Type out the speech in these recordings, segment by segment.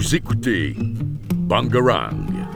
Vous écoutez Bangarang.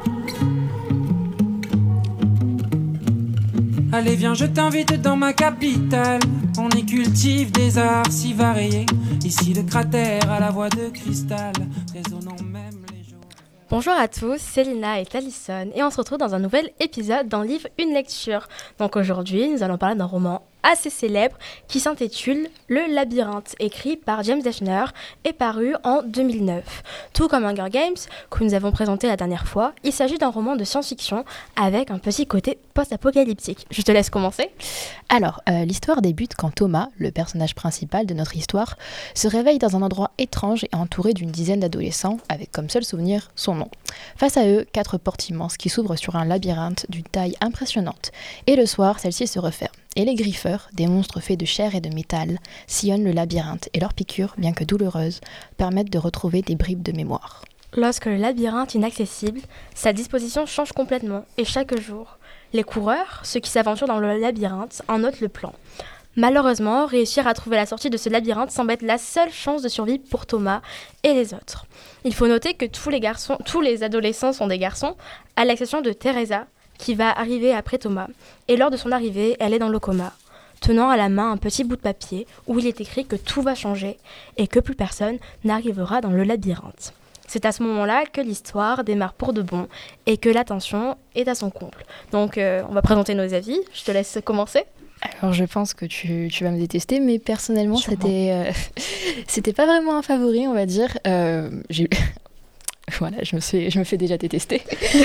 Allez viens, je t'invite dans ma capitale. On y cultive des arts si variés. Ici le cratère à la voix de cristal, résonnant même les jours. Bonjour à tous, c'est Lina et Alison et on se retrouve dans un nouvel épisode d'un livre Une lecture. Donc aujourd'hui, nous allons parler d'un roman assez célèbre qui s'intitule Le Labyrinthe, écrit par James Dashner et paru en 2009. Tout comme Hunger Games, que nous avons présenté la dernière fois, il s'agit d'un roman de science-fiction avec un petit côté post-apocalyptique. Je te laisse commencer. Alors, l'histoire débute quand Thomas, le personnage principal de notre histoire, se réveille dans un endroit étrange et entouré d'une dizaine d'adolescents, avec comme seul souvenir son nom. Face à eux, 4 portes immenses qui s'ouvrent sur un labyrinthe d'une taille impressionnante. Et le soir, celle-ci se referme. Et les griffeurs, des monstres faits de chair et de métal, sillonnent le labyrinthe et leurs piqûres, bien que douloureuses, permettent de retrouver des bribes de mémoire. Lorsque le labyrinthe est inaccessible, sa disposition change complètement et chaque jour, les coureurs, ceux qui s'aventurent dans le labyrinthe, en notent le plan. Malheureusement, réussir à trouver la sortie de ce labyrinthe semble être la seule chance de survie pour Thomas et les autres. Il faut noter que tous les adolescents sont des garçons, à l'exception de Teresa, qui va arriver après Thomas. Et lors de son arrivée, elle est dans le coma, tenant à la main un petit bout de papier où il est écrit que tout va changer et que plus personne n'arrivera dans le labyrinthe. C'est à ce moment-là que l'histoire démarre pour de bon et que l'attention est à son comble. Donc on va présenter nos avis, je te laisse commencer. Alors je pense que tu vas me détester, mais personnellement c'était pas vraiment un favori, on va dire. Voilà, je me fais déjà détester.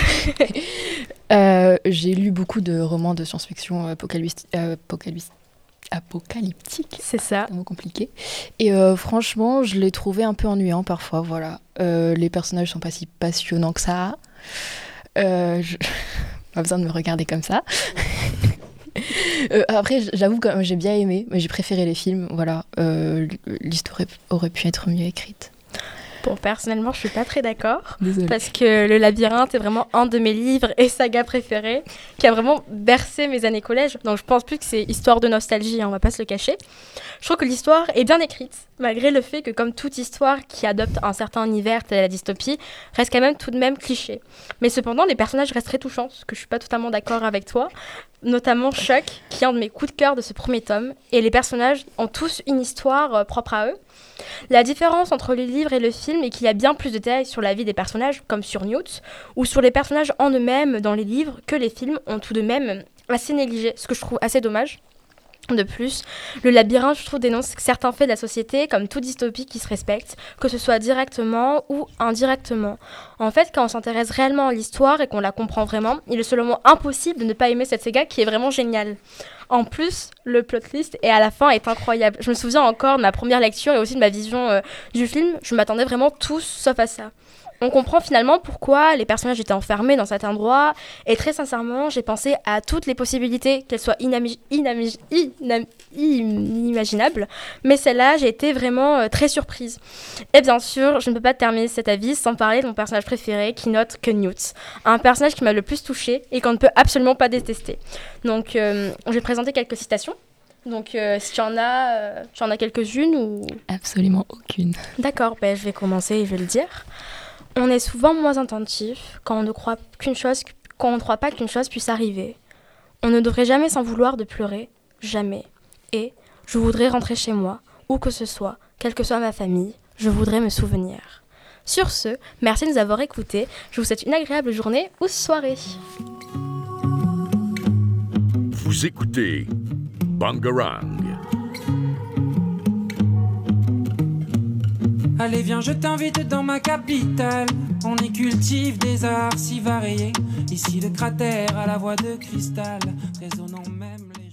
J'ai lu beaucoup de romans de science-fiction apocalyptiques. C'est ça. C'est un mot compliqué. Et franchement, je l'ai trouvé un peu ennuyant parfois, voilà. Les personnages sont pas si passionnants que ça. Pas besoin de me regarder comme ça. Après, j'avoue que j'ai bien aimé, mais j'ai préféré les films, voilà. L'histoire aurait pu être mieux écrite. Bon, personnellement, je suis pas très d'accord. Désolée. Parce que Le Labyrinthe est vraiment un de mes livres et sagas préférés qui a vraiment bercé mes années collège. Donc je pense plus que c'est histoire de nostalgie, hein, on va pas se le cacher. Je trouve que l'histoire est bien écrite, malgré le fait que comme toute histoire qui adopte un certain univers tel la dystopie, reste quand même tout de même cliché. Mais cependant, les personnages restent très touchants, ce que je suis pas totalement d'accord avec toi. Notamment Chuck, qui est un de mes coups de cœur de ce premier tome. Et les personnages ont tous une histoire propre à eux. La différence entre le livre et le film est qu'il y a bien plus de détails sur la vie des personnages, comme sur Newt, ou sur les personnages en eux-mêmes dans les livres, que les films ont tout de même assez négligé, ce que je trouve assez dommage. De plus, le labyrinthe, je trouve, dénonce certains faits de la société, comme toute dystopie qui se respecte, que ce soit directement ou indirectement. En fait, quand on s'intéresse réellement à l'histoire et qu'on la comprend vraiment, il est seulement impossible de ne pas aimer cette saga qui est vraiment géniale. En plus, le plot twist et à la fin est incroyable. Je me souviens encore de ma première lecture et aussi de ma vision du film. Je m'attendais vraiment tous sauf à ça. On comprend finalement pourquoi les personnages étaient enfermés dans cet endroit et très sincèrement, j'ai pensé à toutes les possibilités, qu'elles soient inimaginables, mais celle-là, j'ai été vraiment très surprise. Et bien sûr, je ne peux pas terminer cet avis sans parler de mon personnage préféré qui note que Newt, un personnage qui m'a le plus touchée et qu'on ne peut absolument pas détester. Donc, je vais présenter quelques citations. Donc, si tu en as quelques-unes ou... Absolument aucune. D'accord, je vais commencer et je vais le dire. On est souvent moins attentif quand on ne croit pas qu'une chose puisse arriver. On ne devrait jamais s'en vouloir de pleurer, jamais. Et je voudrais rentrer chez moi, où que ce soit, quelle que soit ma famille, je voudrais me souvenir. Sur ce, merci de nous avoir écoutés. Je vous souhaite une agréable journée ou soirée. Vous écoutez Bangarang. Allez viens, je t'invite dans ma capitale. On y cultive des arts si variés. Ici le cratère à la voix de cristal, résonnant même les